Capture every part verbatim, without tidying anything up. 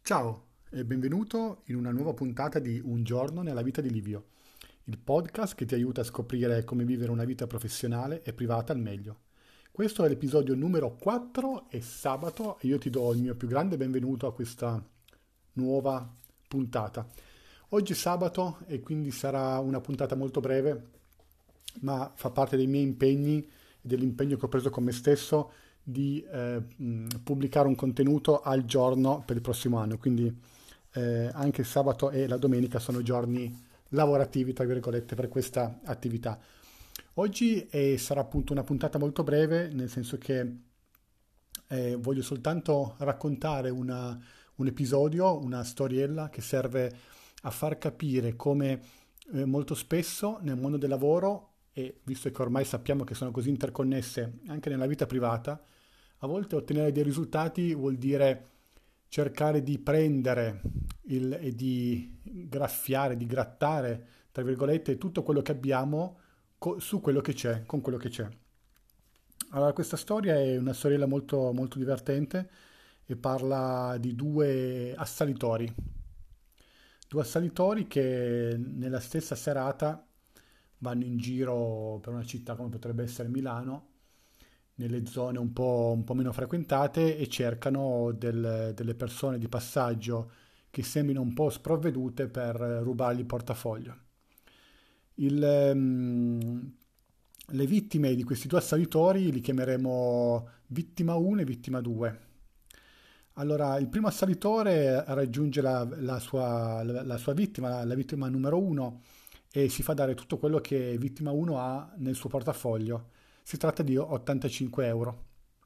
Ciao e benvenuto in una nuova puntata di Un giorno nella vita di Livio, il podcast che ti aiuta a scoprire come vivere una vita professionale e privata al meglio. Questo è l'episodio numero quattro e sabato e io ti do il mio più grande benvenuto a questa nuova puntata. Oggi è sabato e quindi sarà una puntata molto breve, ma fa parte dei miei impegni e dell'impegno che ho preso con me stesso di eh, mh, pubblicare un contenuto al giorno per il prossimo anno. Quindi eh, anche il sabato e la domenica sono giorni lavorativi, tra virgolette, per questa attività. Oggi eh, sarà appunto una puntata molto breve, nel senso che eh, voglio soltanto raccontare una- un episodio, una storiella che serve a far capire come eh, molto spesso nel mondo del lavoro, e visto che ormai sappiamo che sono così interconnesse anche nella vita privata, a volte ottenere dei risultati vuol dire cercare di prendere il- e di graffiare, di grattare, tra virgolette, tutto quello che abbiamo co- su quello che c'è, con quello che c'è. Allora, questa storia è una storiella molto, molto divertente e parla di due assalitori. Due assalitori che nella stessa serata vanno in giro per una città come potrebbe essere Milano, nelle zone un po', un po' meno frequentate e cercano del- delle persone di passaggio che sembrino un po' sprovvedute per rubargli il portafoglio. Il, ehm, le vittime di questi due assalitori li chiameremo vittima uno e vittima due. Allora, il primo assalitore raggiunge la, la sua, la- la sua vittima, la, la vittima numero uno, e si fa dare tutto quello che vittima uno ha nel suo portafoglio. Si tratta di ottantacinque euro.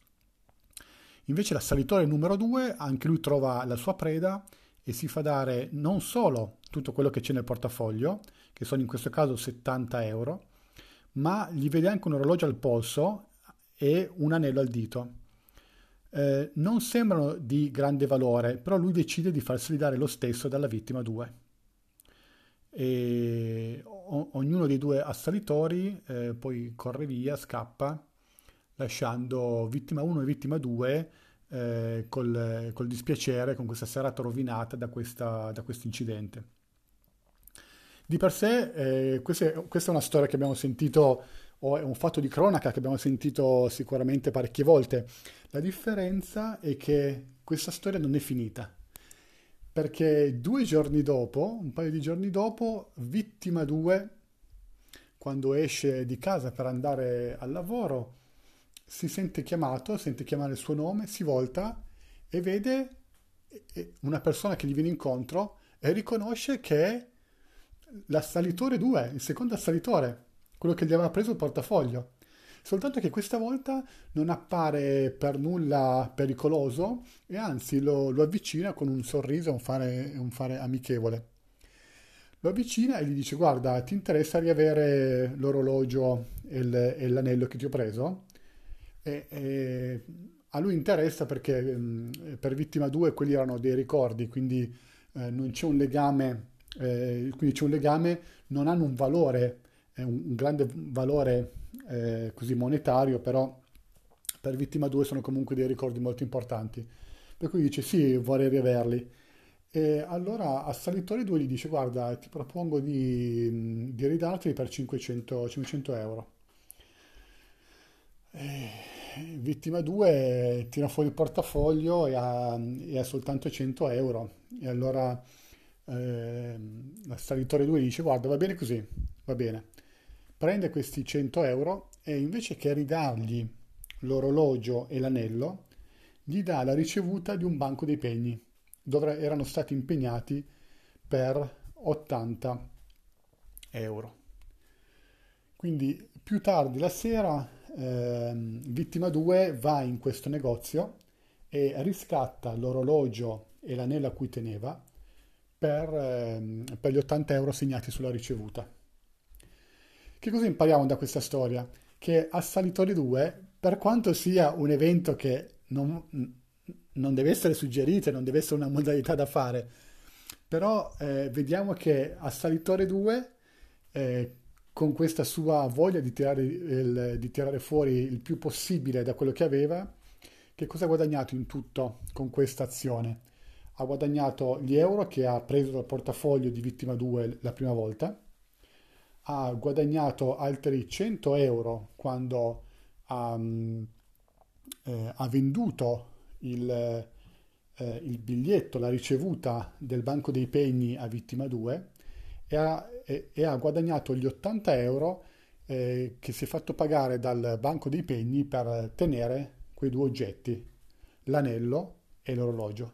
Invece l'assalitore numero due, anche lui trova la sua preda e si fa dare non solo tutto quello che c'è nel portafoglio, che sono in questo caso settanta euro, ma gli vede anche un orologio al polso e un anello al dito. Eh, non sembrano di grande valore, però lui decide di farseli dare lo stesso dalla vittima due. E o- ognuno dei due assalitori eh, poi corre via, scappa, lasciando vittima uno e vittima due eh, col, col dispiacere, con questa serata rovinata da questa- da questo incidente. Di per sé, eh, questa è, questa è una storia che abbiamo sentito, o è un fatto di cronaca che abbiamo sentito sicuramente parecchie volte. La differenza è che questa storia non è finita, perché due giorni dopo, un paio di giorni dopo, vittima due, quando esce di casa per andare al lavoro, si sente chiamato, sente chiamare il suo nome, si volta e vede eh, una persona che gli viene incontro e riconosce che è l'assalitore due, il secondo assalitore, quello che gli aveva preso il portafoglio. Soltanto che questa volta non appare per nulla pericoloso e anzi lo, lo avvicina con un sorriso e un fare, un fare amichevole. Lo avvicina e gli dice: Guarda, ti interessa riavere l'orologio e il- e l'anello che ti ho preso? E, e a lui interessa perché mh, per vittima due quelli erano dei ricordi, quindi eh, non c'è un legame, eh, quindi c'è un legame, non hanno un valore, eh, un, un grande valore eh, così monetario, però per vittima due sono comunque dei ricordi molto importanti. Per cui dice sì, vorrei riaverli. E allora a Salitori due gli dice: Guarda, ti propongo di, di ridarteli per cinquecento, cinquecento euro. Eh, vittima due tira fuori il portafoglio e ha, e ha soltanto cento euro. E allora ehm, l'assalitore due dice: Guarda, va bene così, va bene. Prende questi cento euro e invece che ridargli l'orologio e l'anello, gli dà la ricevuta di un banco dei pegni, dove erano stati impegnati per ottanta euro. Quindi più tardi la sera, ehm, vittima due va in questo negozio e riscatta l'orologio e l'anello a cui teneva per, ehm, per gli ottanta euro segnati sulla ricevuta. Che cosa impariamo da questa storia? Che Assalitori due, per quanto sia un evento che non, non deve essere suggerito, non deve essere una modalità da fare, però eh, vediamo che Assalitore due, eh, con questa sua voglia di tirare, il- di tirare fuori il più possibile da quello che aveva, che cosa ha guadagnato in tutto con questa azione? ha guadagnato gli euro che ha preso dal portafoglio di Vittima due la prima volta, ha guadagnato altri cento euro quando ha, mm, eh, ha venduto il, eh, il biglietto, la ricevuta del Banco dei Pegni a Vittima due e ha, e- e ha guadagnato gli ottanta euro eh, che si è fatto pagare dal Banco dei Pegni per tenere quei due oggetti, l'anello e l'orologio.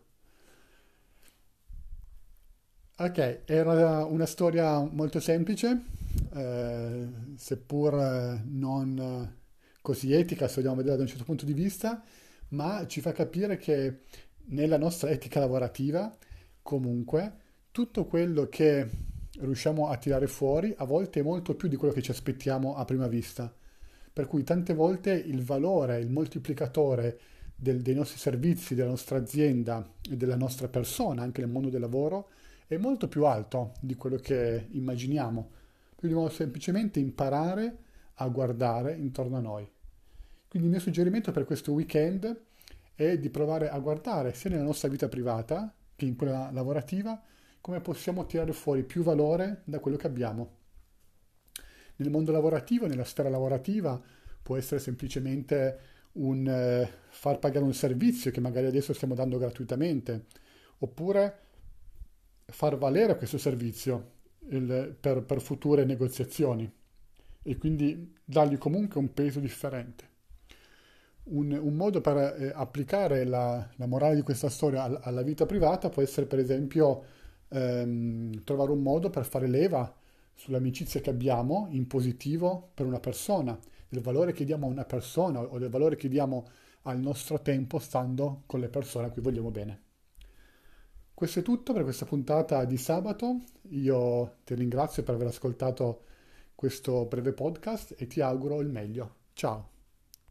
Ok, era una storia molto semplice, eh, seppur eh, non eh, così etica, se vogliamo vedere da un certo punto di vista, ma ci fa capire che nella nostra etica lavorativa, comunque, tutto quello che riusciamo a tirare fuori a volte è molto più di quello che ci aspettiamo a prima vista. Per cui tante volte il valore, il moltiplicatore del- dei nostri servizi, della nostra azienda e della nostra persona, anche nel mondo del lavoro, è molto più alto di quello che immaginiamo. Quindi dobbiamo semplicemente imparare a guardare intorno a noi. Quindi il mio suggerimento per questo weekend è di provare a guardare sia nella nostra vita privata che in quella lavorativa come possiamo tirare fuori più valore da quello che abbiamo. Nel mondo lavorativo, nella sfera lavorativa, può essere semplicemente un eh, far pagare un servizio che magari adesso stiamo dando gratuitamente, oppure far valere questo servizio il- per, per future negoziazioni e quindi dargli comunque un peso differente. Un, un modo per eh, applicare la, la morale di questa storia al- alla vita privata può essere, per esempio, ehm, trovare un modo per fare leva sull'amicizia che abbiamo in positivo per una persona, del valore che diamo a una persona o del valore che diamo al nostro tempo stando con le persone a cui vogliamo bene. Questo è tutto per questa puntata di sabato. Io ti ringrazio per aver ascoltato questo breve podcast e ti auguro il meglio. Ciao!